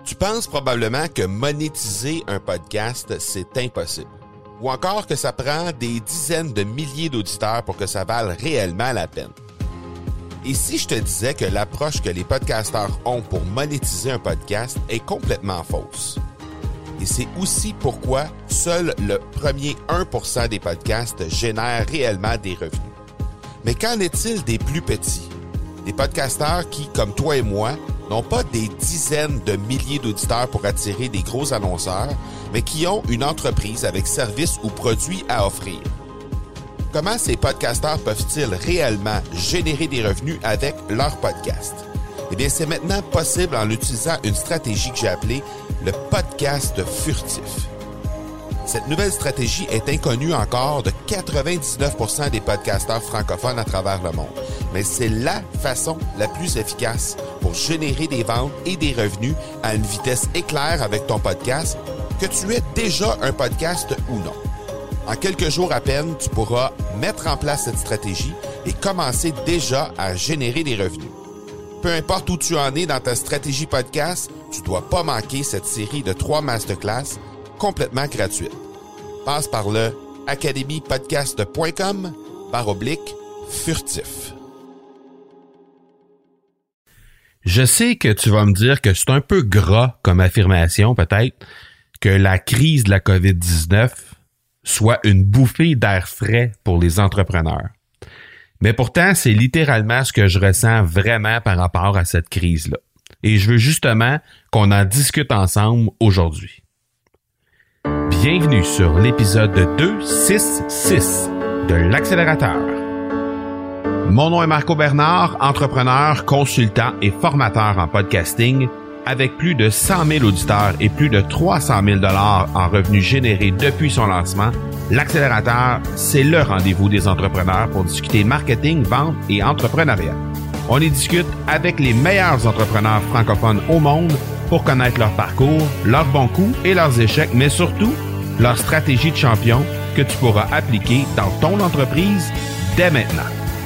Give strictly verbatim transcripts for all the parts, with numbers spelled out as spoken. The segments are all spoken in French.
Tu penses probablement que monétiser un podcast, c'est impossible. Ou encore que ça prend des dizaines de milliers d'auditeurs pour que ça vale réellement la peine. Et si je te disais que l'approche que les podcasteurs ont pour monétiser un podcast est complètement fausse? Et c'est aussi pourquoi seul le premier un pour cent des podcasts génèrent réellement des revenus. Mais qu'en est-il des plus petits? Des podcasteurs qui, comme toi et moi, n'ont pas des dizaines de milliers d'auditeurs pour attirer des gros annonceurs, mais qui ont une entreprise avec services ou produits à offrir. Comment ces podcasteurs peuvent-ils réellement générer des revenus avec leur podcast? Eh bien, c'est maintenant possible en utilisant une stratégie que j'ai appelée le podcast furtif. Cette nouvelle stratégie est inconnue encore de quatre-vingt-dix-neuf pour cent des podcasteurs francophones à travers le monde. Mais c'est la façon la plus efficace pour générer des ventes et des revenus à une vitesse éclair avec ton podcast, que tu aies déjà un podcast ou non. En quelques jours à peine, tu pourras mettre en place cette stratégie et commencer déjà à générer des revenus. Peu importe où tu en es dans ta stratégie podcast, tu ne dois pas manquer cette série de trois masterclass complètement gratuite. Passe par le academy podcast point com barre oblique furtif. Je sais que tu vas me dire que c'est un peu gras comme affirmation, peut-être, que la crise de la covid dix-neuf soit une bouffée d'air frais pour les entrepreneurs. Mais pourtant, c'est littéralement ce que je ressens vraiment par rapport à cette crise-là. Et je veux justement qu'on en discute ensemble aujourd'hui. Bienvenue sur l'épisode deux cent soixante-six de l'Accélérateur. Mon nom est Marco Bernard, entrepreneur, consultant et formateur en podcasting, avec plus de cent mille auditeurs et plus de trois cent mille dollars en revenus générés depuis son lancement. L'Accélérateur, c'est le rendez-vous des entrepreneurs pour discuter marketing, vente et entrepreneuriat. On y discute avec les meilleurs entrepreneurs francophones au monde pour connaître leur parcours, leurs bons coups et leurs échecs, mais surtout leur stratégie de champion que tu pourras appliquer dans ton entreprise dès maintenant.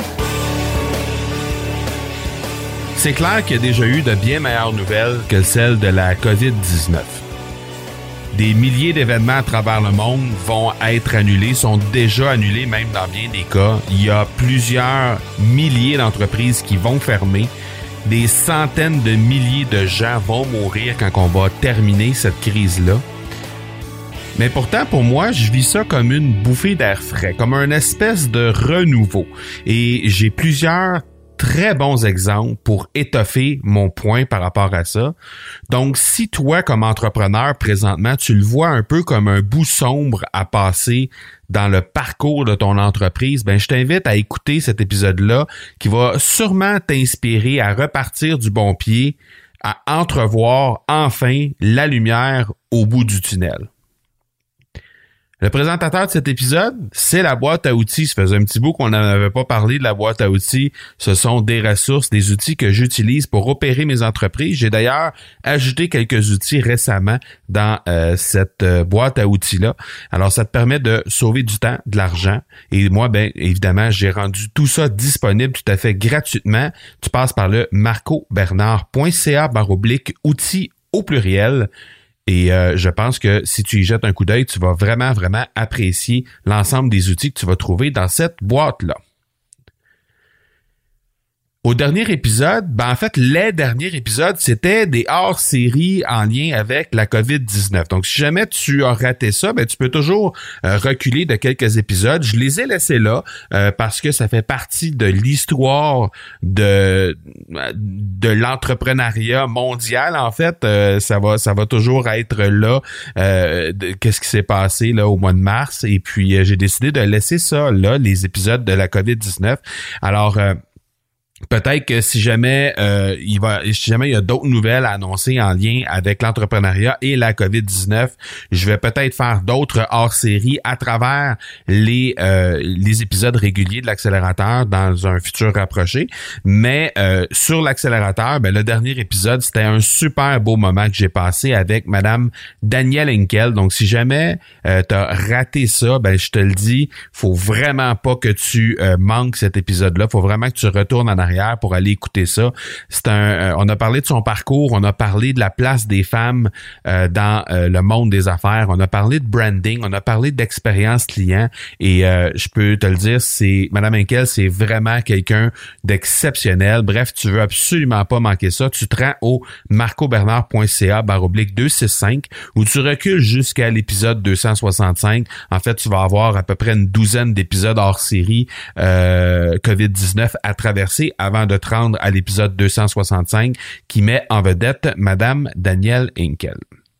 C'est clair qu'il y a déjà eu de bien meilleures nouvelles que celles de la covid dix-neuf. Des milliers d'événements à travers le monde vont être annulés, sont déjà annulés même dans bien des cas. Il y a plusieurs milliers d'entreprises qui vont fermer. Des centaines de milliers de gens vont mourir quand on va terminer cette crise-là. Mais pourtant, pour moi, je vis ça comme une bouffée d'air frais, comme une espèce de renouveau. Et j'ai plusieurs très bons exemples pour étoffer mon point par rapport à ça. Donc, si toi, comme entrepreneur, présentement, tu le vois un peu comme un bout sombre à passer dans le parcours de ton entreprise, ben, je t'invite à écouter cet épisode-là qui va sûrement t'inspirer à repartir du bon pied, à entrevoir enfin la lumière au bout du tunnel. Le présentateur de cet épisode, c'est la boîte à outils. Ça faisait un petit bout qu'on n'en avait pas parlé de la boîte à outils. Ce sont des ressources, des outils que j'utilise pour opérer mes entreprises. J'ai d'ailleurs ajouté quelques outils récemment dans euh, cette euh, boîte à outils-là. Alors, ça te permet de sauver du temps, de l'argent. Et moi, ben évidemment, j'ai rendu tout ça disponible tout à fait gratuitement. Tu passes par le marcobernard.ca barre oblique outils au pluriel. Et euh, je pense que si tu y jettes un coup d'œil, tu vas vraiment, vraiment apprécier l'ensemble des outils que tu vas trouver dans cette boîte-là. Au dernier épisode, ben en fait, les derniers épisodes, c'était des hors-séries en lien avec la covid dix-neuf. Donc, si jamais tu as raté ça, ben tu peux toujours euh, reculer de quelques épisodes. Je les ai laissés là euh, parce que ça fait partie de l'histoire de de l'entrepreneuriat mondial. En fait, euh, ça va ça va toujours être là. Euh, de, qu'est-ce qui s'est passé là au mois de mars? Et puis, euh, j'ai décidé de laisser ça là, les épisodes de la covid dix-neuf. Alors, euh, peut-être que si jamais euh, il va, si jamais il y a d'autres nouvelles à annoncer en lien avec l'entrepreneuriat et la covid dix-neuf, je vais peut-être faire d'autres hors-séries à travers les euh, les épisodes réguliers de l'accélérateur dans un futur rapproché. Mais euh, sur l'accélérateur, ben le dernier épisode, c'était un super beau moment que j'ai passé avec Madame Danielle Henkel. Donc si jamais euh, t'as raté ça, ben je te le dis, faut vraiment pas que tu euh, manques cet épisode-là. Faut vraiment que tu retournes en arrière arrière pour aller écouter ça. C'est un, euh, on a parlé de son parcours, on a parlé de la place des femmes euh, dans euh, le monde des affaires, on a parlé de branding, on a parlé d'expérience client et euh, je peux te le dire, c'est Madame Henkel, c'est vraiment quelqu'un d'exceptionnel. Bref, tu veux absolument pas manquer ça. Tu te rends au marcobernard.ca barre oblique deux cent soixante-cinq où tu recules jusqu'à l'épisode deux cent soixante-cinq. En fait, tu vas avoir à peu près une douzaine d'épisodes hors série euh, covid dix-neuf à traverser avant de te rendre à l'épisode deux cent soixante-cinq qui met en vedette Madame Danielle Henkel.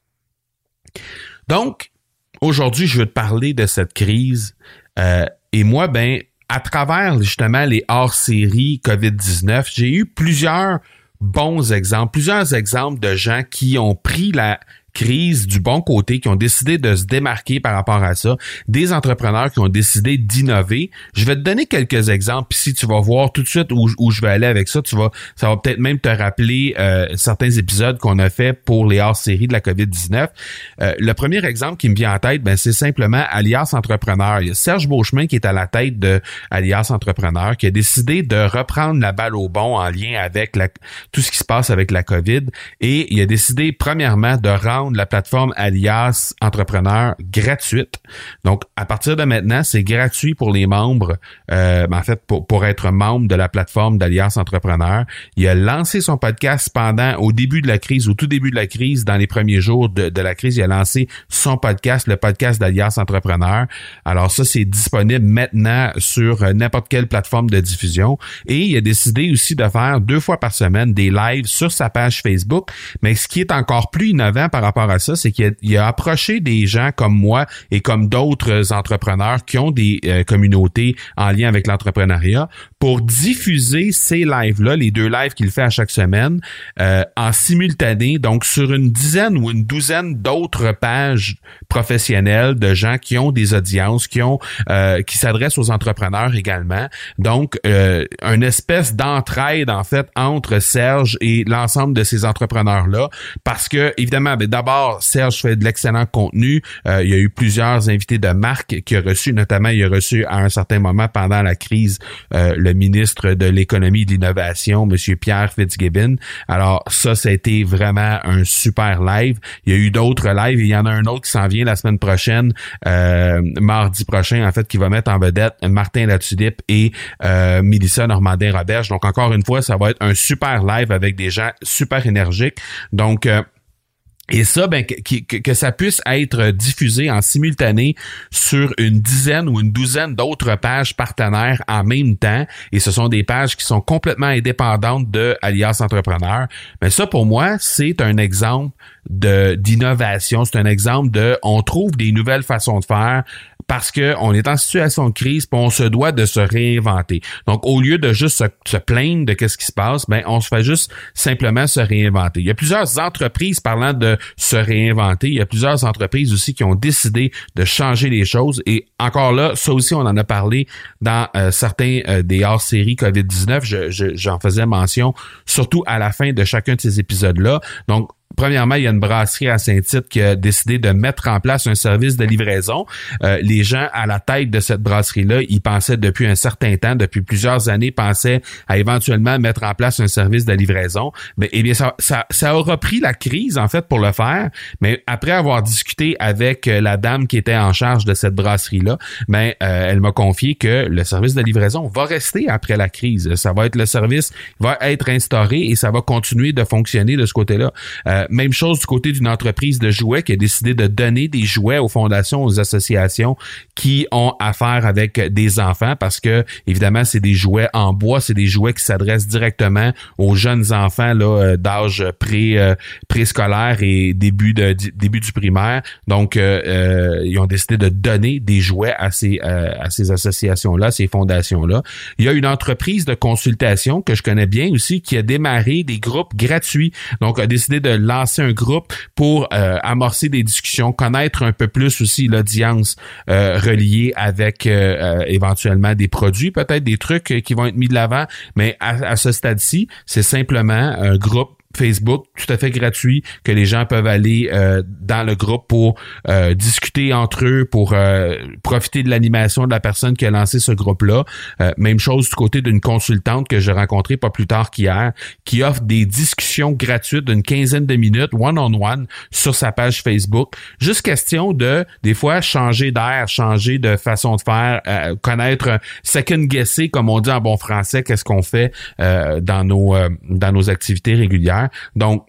Donc, aujourd'hui, je veux te parler de cette crise euh, et moi, ben, à travers justement les hors-séries covid dix-neuf, j'ai eu plusieurs bons exemples, plusieurs exemples de gens qui ont pris la crise du bon côté, qui ont décidé de se démarquer par rapport à ça, des entrepreneurs qui ont décidé d'innover. Je vais te donner quelques exemples, puis si tu vas voir tout de suite où, où je vais aller avec ça, tu vas, ça va peut-être même te rappeler euh, certains épisodes qu'on a fait pour les hors-séries de la covid dix-neuf. Euh, le premier exemple qui me vient en tête, ben c'est simplement Alias Entrepreneur. Il y a Serge Beauchemin qui est à la tête de Alias Entrepreneur, qui a décidé de reprendre la balle au bon en lien avec la, tout ce qui se passe avec la COVID, et il a décidé premièrement de rendre la plateforme Alias Entrepreneur gratuite. Donc, à partir de maintenant, c'est gratuit pour les membres, euh, en fait, pour, pour être membre de la plateforme d'Alias Entrepreneur. Il a lancé son podcast pendant, au début de la crise, au tout début de la crise, dans les premiers jours de, de la crise, il a lancé son podcast, le podcast d'Alias Entrepreneur. Alors ça, c'est disponible maintenant sur n'importe quelle plateforme de diffusion. Et il a décidé aussi de faire deux fois par semaine des lives sur sa page Facebook. Mais ce qui est encore plus innovant par rapport à ça, c'est qu'il a, il a approché des gens comme moi et comme d'autres entrepreneurs qui ont des euh, communautés en lien avec l'entrepreneuriat pour diffuser ces lives-là, les deux lives qu'il fait à chaque semaine, euh, en simultané, donc sur une dizaine ou une douzaine d'autres pages professionnelles de gens qui ont des audiences, qui ont euh, qui s'adressent aux entrepreneurs également. Donc, euh, une espèce d'entraide, en fait, entre Serge et l'ensemble de ces entrepreneurs-là, parce que, évidemment, ben, d'abord, Serge fait de l'excellent contenu. Euh, il y a eu plusieurs invités de marque qu'il a reçus, notamment, il a reçu à un certain moment pendant la crise euh, le ministre de l'économie et de l'innovation, M. Pierre Fitzgibbon. Alors, ça, ça a été vraiment un super live. Il y a eu d'autres lives et il y en a un autre qui s'en vient la semaine prochaine, euh, mardi prochain, en fait, qui va mettre en vedette Martin Latulippe et euh, Mélissa Normandin-Roberge. Donc, encore une fois, ça va être un super live avec des gens super énergiques. Donc, euh, Et ça, ben que, que, que ça puisse être diffusé en simultané sur une dizaine ou une douzaine d'autres pages partenaires en même temps, et ce sont des pages qui sont complètement indépendantes de Alias Entrepreneur. Mais ça, pour moi, c'est un exemple de d'innovation, c'est un exemple de on trouve des nouvelles façons de faire parce que on est en situation de crise, puis on se doit de se réinventer. Donc, au lieu de juste se, se plaindre de qu'est-ce qui se passe, ben on se fait juste simplement se réinventer. Il y a plusieurs entreprises parlant de se réinventer. Il y a plusieurs entreprises aussi qui ont décidé de changer les choses. Et encore là, ça aussi, on en a parlé dans euh, certains euh, des hors-séries covid dix-neuf. Je, je, j'en faisais mention, surtout à la fin de chacun de ces épisodes-là. Donc, premièrement, il y a une brasserie à Saint-Tite qui a décidé de mettre en place un service de livraison. Euh, les gens à la tête de cette brasserie-là, ils pensaient depuis un certain temps, depuis plusieurs années, pensaient à éventuellement mettre en place un service de livraison. Mais eh bien, ça, ça, ça aura pris la crise, en fait, pour le faire. Mais après avoir discuté avec la dame qui était en charge de cette brasserie-là, ben, euh, elle m'a confié que le service de livraison va rester après la crise. Ça va être le service, va être instauré et ça va continuer de fonctionner de ce côté-là. Euh, Même chose du côté d'une entreprise de jouets qui a décidé de donner des jouets aux fondations, aux associations qui ont affaire avec des enfants parce que, évidemment, c'est des jouets en bois, c'est des jouets qui s'adressent directement aux jeunes enfants là d'âge pré, euh, préscolaire et début de début du primaire. Donc, euh, euh, ils ont décidé de donner des jouets à ces euh, à ces associations-là, ces fondations-là. Il y a une entreprise de consultation que je connais bien aussi qui a démarré des groupes gratuits. Donc, a décidé de lancer un groupe pour euh, amorcer des discussions, connaître un peu plus aussi l'audience euh, reliée avec euh, euh, éventuellement des produits, peut-être des trucs qui vont être mis de l'avant, mais à, à ce stade-ci, c'est simplement un groupe Facebook, tout à fait gratuit, que les gens peuvent aller euh, dans le groupe pour euh, discuter entre eux, pour euh, profiter de l'animation de la personne qui a lancé ce groupe-là. Euh, même chose du côté d'une consultante que j'ai rencontrée pas plus tard qu'hier, qui offre des discussions gratuites d'une quinzaine de minutes, one-on-one, sur sa page Facebook. Juste question de, des fois, changer d'air, changer de façon de faire, euh, connaître, second-guesser, comme on dit en bon français, qu'est-ce qu'on fait euh, dans nos euh, dans nos activités régulières. Donc,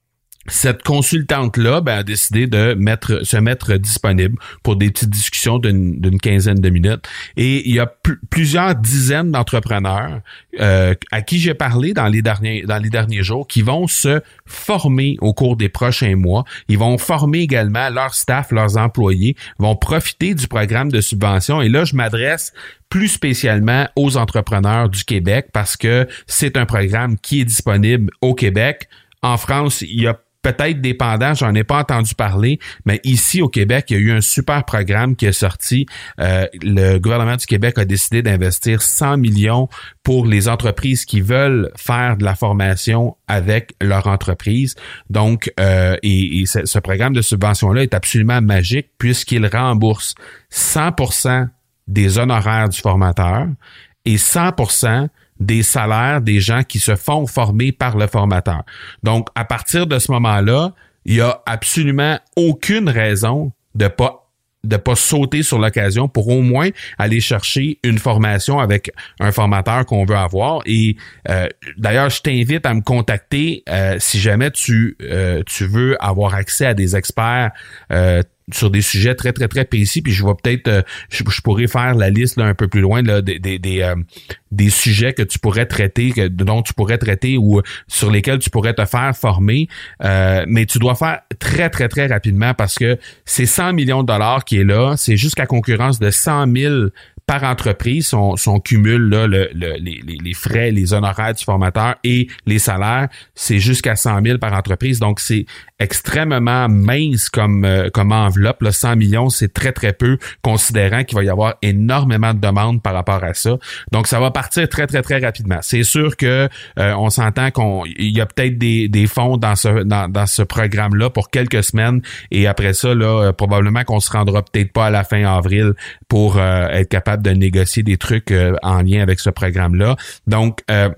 cette consultante-là ben, a décidé de mettre, se mettre disponible pour des petites discussions d'une, d'une quinzaine de minutes. Et il y a pl- plusieurs dizaines d'entrepreneurs euh, à qui j'ai parlé dans les derniers dans les derniers jours qui vont se former au cours des prochains mois. Ils vont former également leur staff, leurs employés, vont profiter du programme de subvention. Et là, je m'adresse plus spécialement aux entrepreneurs du Québec parce que c'est un programme qui est disponible au Québec. En France, il y a peut-être des pendants, j'en ai pas entendu parler, mais ici au Québec, il y a eu un super programme qui est sorti. Euh, le gouvernement du Québec a décidé d'investir cent millions pour les entreprises qui veulent faire de la formation avec leur entreprise. Donc, euh, et, et ce, ce programme de subvention-là est absolument magique puisqu'il rembourse cent pour cent des honoraires du formateur et cent pour cent des salaires des gens qui se font former par le formateur. Donc, à partir de ce moment-là, il y a absolument aucune raison de pas de pas sauter sur l'occasion pour au moins aller chercher une formation avec un formateur qu'on veut avoir. Et euh, d'ailleurs, je t'invite à me contacter euh, si jamais tu euh, tu veux avoir accès à des experts euh, sur des sujets très, très, très précis, puis je vais peut-être, euh, je, je pourrais faire la liste là, un peu plus loin là, des des des, euh, des sujets que tu pourrais traiter, que, dont tu pourrais traiter ou sur lesquels tu pourrais te faire former, euh, mais tu dois faire très, très, très rapidement parce que c'est cent millions de dollars qui est là, c'est jusqu'à concurrence de cent mille par entreprise, si on, si on cumule là, le, le, les, les frais, les honoraires du formateur et les salaires, c'est jusqu'à cent mille par entreprise. Donc, c'est extrêmement mince comme, euh, comme enveloppe. Là, cent millions, c'est très, très peu, considérant qu'il va y avoir énormément de demandes par rapport à ça. Donc, ça va partir très, très, très rapidement. C'est sûr que euh, on s'entend qu'on il y a peut-être des, des fonds dans ce dans, dans ce programme-là pour quelques semaines et après ça, là, euh, probablement qu'on se rendra peut-être pas à la fin avril pour euh, être capable de négocier des trucs euh, en lien avec ce programme-là. Donc, euh,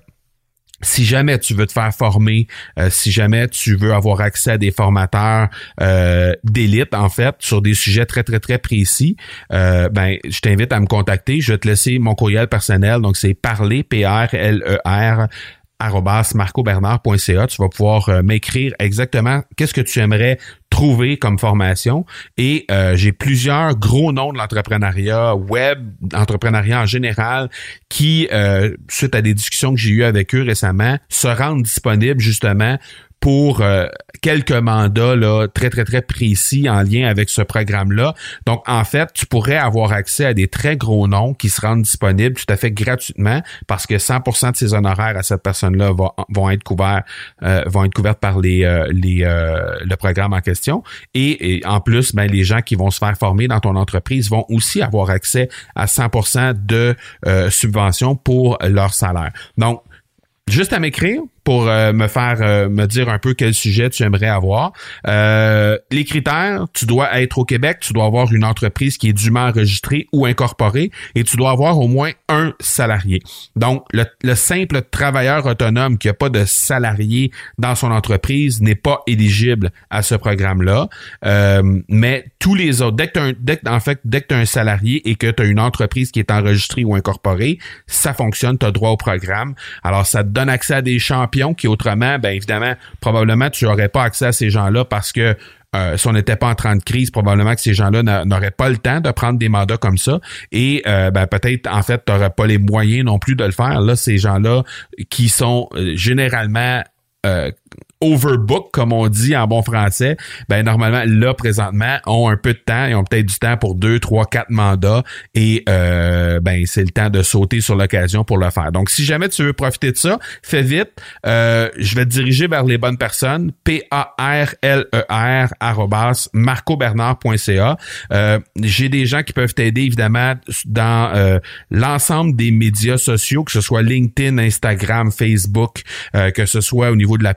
si jamais tu veux te faire former, euh, si jamais tu veux avoir accès à des formateurs euh, d'élite, en fait, sur des sujets très, très, très précis, euh, ben, je t'invite à me contacter. Je vais te laisser mon courriel personnel. Donc, c'est parler, P R L E R, arobase marco bernard point c a. Tu vas pouvoir euh, m'écrire exactement qu'est-ce que tu aimerais trouver comme formation. Et euh, j'ai plusieurs gros noms de l'entrepreneuriat web, entrepreneuriat en général, qui, euh, suite à des discussions que j'ai eues avec eux récemment, se rendent disponibles justement pour euh, quelques mandats là très, très, très précis en lien avec ce programme-là. Donc, en fait, tu pourrais avoir accès à des très gros noms qui se rendent disponibles tout à fait gratuitement parce que cent pour cent de ces honoraires à cette personne-là vont, vont être couverts euh, vont être couverts par les, euh, les euh, le programme en question. Et, et en plus, ben, les gens qui vont se faire former dans ton entreprise vont aussi avoir accès à cent pour cent de euh, subventions pour leur salaire. Donc, juste à m'écrire pour euh, me faire euh, me dire un peu quel sujet tu aimerais avoir. Euh, les critères, tu dois être au Québec, tu dois avoir une entreprise qui est dûment enregistrée ou incorporée et tu dois avoir au moins un salarié. Donc, le, le simple travailleur autonome qui n'a pas de salarié dans son entreprise n'est pas éligible à ce programme-là. Euh, mais tous les autres, dès que tu as un, dès que, en fait, dès que tu as un salarié et que tu as une entreprise qui est enregistrée ou incorporée, ça fonctionne, tu as droit au programme. Alors, ça te donne accès à des champions qui autrement, bien évidemment, probablement tu n'aurais pas accès à ces gens-là parce que euh, si on n'était pas en temps de crise, probablement que ces gens-là n'a, n'auraient pas le temps de prendre des mandats comme ça et euh, ben, peut-être, en fait, tu n'aurais pas les moyens non plus de le faire. Là, ces gens-là qui sont euh, généralement euh, overbook, comme on dit en bon français, ben normalement, là, présentement, ont un peu de temps, ils ont peut-être du temps pour deux, trois, quatre mandats et euh, ben c'est le temps de sauter sur l'occasion pour le faire. Donc, si jamais tu veux profiter de ça, fais vite. Euh, je vais te diriger vers les bonnes personnes. P A R L E R arobase marco bernard point c a. Euh, j'ai des gens qui peuvent t'aider, évidemment, dans euh, l'ensemble des médias sociaux, que ce soit LinkedIn, Instagram, Facebook, euh, que ce soit au niveau de la publicité,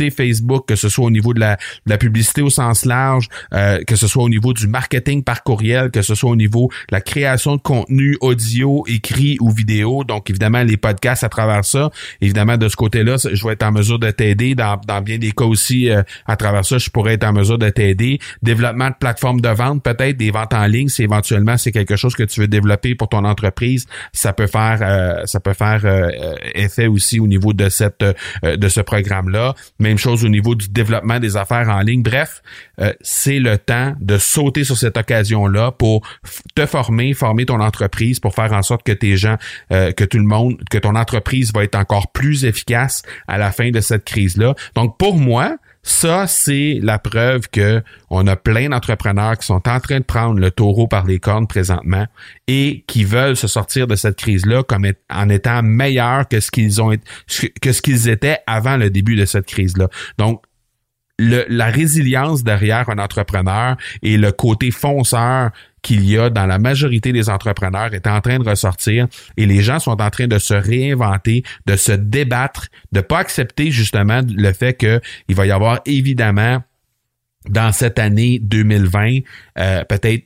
publicité Facebook, que ce soit au niveau de la, de la publicité au sens large, euh, que ce soit au niveau du marketing par courriel, que ce soit au niveau de la création de contenu audio, écrit ou vidéo. Donc, évidemment, les podcasts à travers ça. Évidemment, de ce côté-là, je vais être en mesure de t'aider. Dans, dans bien des cas aussi, euh, à travers ça, je pourrais être en mesure de t'aider. Développement de plateformes de vente, peut-être des ventes en ligne, si éventuellement c'est quelque chose que tu veux développer pour ton entreprise, ça peut faire euh, ça peut faire euh, effet aussi au niveau de cette euh, de ce programme-là. Même chose au niveau du développement des affaires en ligne. Bref, euh, c'est le temps de sauter sur cette occasion-là pour f- te former, former ton entreprise pour faire en sorte que tes gens, euh, que tout le monde, que ton entreprise va être encore plus efficace à la fin de cette crise-là. Donc, pour moi, ça, c'est la preuve que on a plein d'entrepreneurs qui sont en train de prendre le taureau par les cornes présentement et qui veulent se sortir de cette crise-là comme et- en étant meilleurs que ce qu'ils ont que ce qu'ils étaient avant le début de cette crise-là. Donc, le, la résilience derrière un entrepreneur et le côté fonceur qu'il y a dans la majorité des entrepreneurs est en train de ressortir et les gens sont en train de se réinventer, de se débattre, de pas accepter justement le fait que il va y avoir évidemment dans cette année deux mille vingt euh, peut-être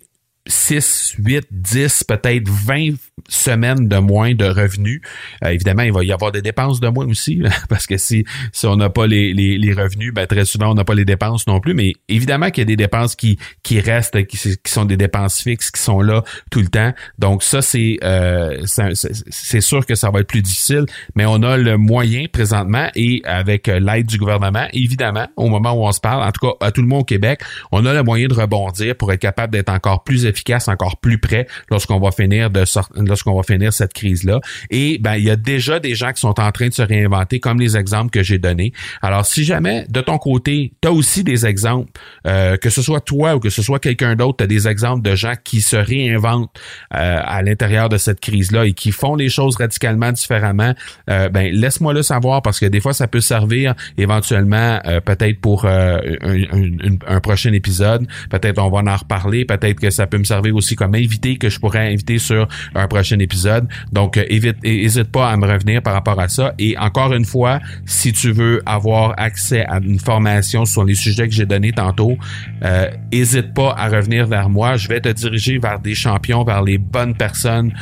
six, huit, dix, peut-être vingt semaines de moins de revenus. Euh, évidemment, il va y avoir des dépenses de moins aussi, là, parce que si si on n'a pas les, les, les revenus, ben très souvent, on n'a pas les dépenses non plus. Mais évidemment qu'il y a des dépenses qui qui restent, qui, qui sont des dépenses fixes, qui sont là tout le temps. Donc ça, c'est, euh, c'est, c'est sûr que ça va être plus difficile, mais on a le moyen présentement et avec l'aide du gouvernement, évidemment, au moment où on se parle, en tout cas à tout le monde au Québec, on a le moyen de rebondir pour être capable d'être encore plus efficace, encore plus près lorsqu'on va finir de sortir, lorsqu'on va finir cette crise-là. Et ben, il y a déjà des gens qui sont en train de se réinventer, comme les exemples que j'ai donnés. Alors, si jamais de ton côté, tu as aussi des exemples, euh, que ce soit toi ou que ce soit quelqu'un d'autre, tu as des exemples de gens qui se réinventent euh, à l'intérieur de cette crise-là et qui font les choses radicalement différemment, euh, ben laisse-moi le savoir parce que des fois, ça peut servir éventuellement euh, peut-être pour euh, un, un, un prochain épisode. Peut-être on va en reparler. Peut-être que ça peut me servir aussi comme invité que je pourrais inviter sur un prochain épisode. Donc, euh, évite, hésite pas à me revenir par rapport à ça. Et encore une fois, si tu veux avoir accès à une formation sur les sujets que j'ai donnés tantôt, euh, hésite pas à revenir vers moi. Je vais te diriger vers des champions, vers les bonnes personnes,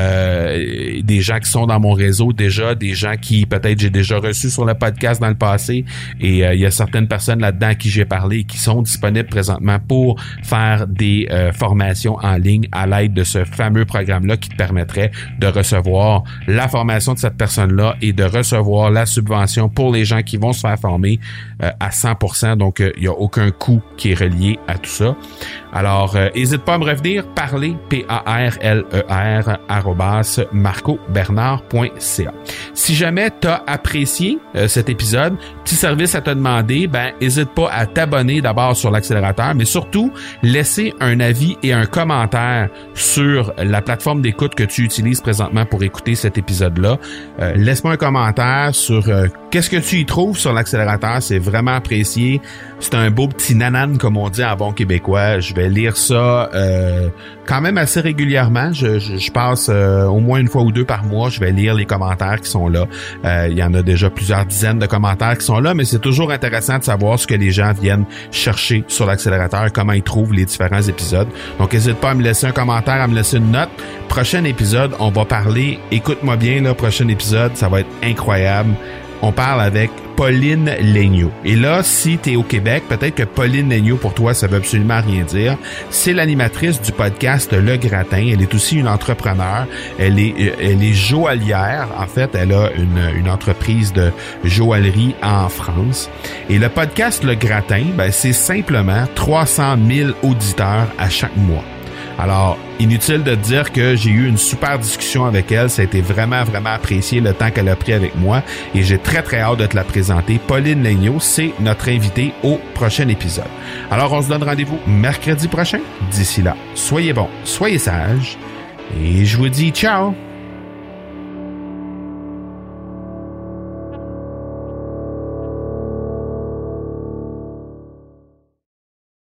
euh, des gens qui sont dans mon réseau déjà, des gens qui peut-être j'ai déjà reçus sur le podcast dans le passé. Et euh, il y a certaines personnes là-dedans à qui j'ai parlé et qui sont disponibles présentement pour faire des euh, formations en ligne à l'aide de ce fameux programme-là qui te permettrait de recevoir la formation de cette personne-là et de recevoir la subvention pour les gens qui vont se faire former euh, à cent pour cent. Donc, il euh, n'y a aucun coût qui est relié à tout ça. Alors, n'hésite euh, pas à me revenir, parler, P A R L E R, arrobas, marco bernard point c a. Si jamais tu as apprécié euh, cet épisode, petit service à te demander, ben, n'hésite pas à t'abonner d'abord sur l'accélérateur, mais surtout, laisser un avis et un commentaire sur la plateforme d'écoute que tu utilises présentement pour écouter cet épisode-là. Euh, laisse-moi un commentaire sur euh, qu'est-ce que tu y trouves sur l'accélérateur. C'est vraiment apprécié. C'est un beau petit nanan, comme on dit en bon québécois. Je vais lire ça euh, quand même assez régulièrement. Je, je, je passe euh, au moins une fois ou deux par mois. Je vais lire les commentaires qui sont là. Euh, il y en a déjà plusieurs dizaines de commentaires qui sont là, mais c'est toujours intéressant de savoir ce que les gens viennent chercher sur l'accélérateur, comment ils trouvent les différents épisodes. Donc, n'hésite pas à me laisser un commentaire, à me laisser une note. Prochain épisode, on va parler, écoute-moi bien, là, prochain épisode, ça va être incroyable. On parle avec Pauline Legnaud. Et là, si tu es au Québec, peut-être que Pauline Legnaud, pour toi, ça veut absolument rien dire. C'est l'animatrice du podcast Le Gratin. Elle est aussi une entrepreneure. Elle est, elle est joaillière. En fait, elle a une, une entreprise de joaillerie en France. Et le podcast Le Gratin, ben, c'est simplement trois cent mille auditeurs à chaque mois. Alors, inutile de te dire que j'ai eu une super discussion avec elle. Ça a été vraiment, vraiment apprécié le temps qu'elle a pris avec moi. Et j'ai très, très hâte de te la présenter. Pauline Legnaud, c'est notre invitée au prochain épisode. Alors, on se donne rendez-vous mercredi prochain. D'ici là, soyez bons, soyez sages. Et je vous dis ciao!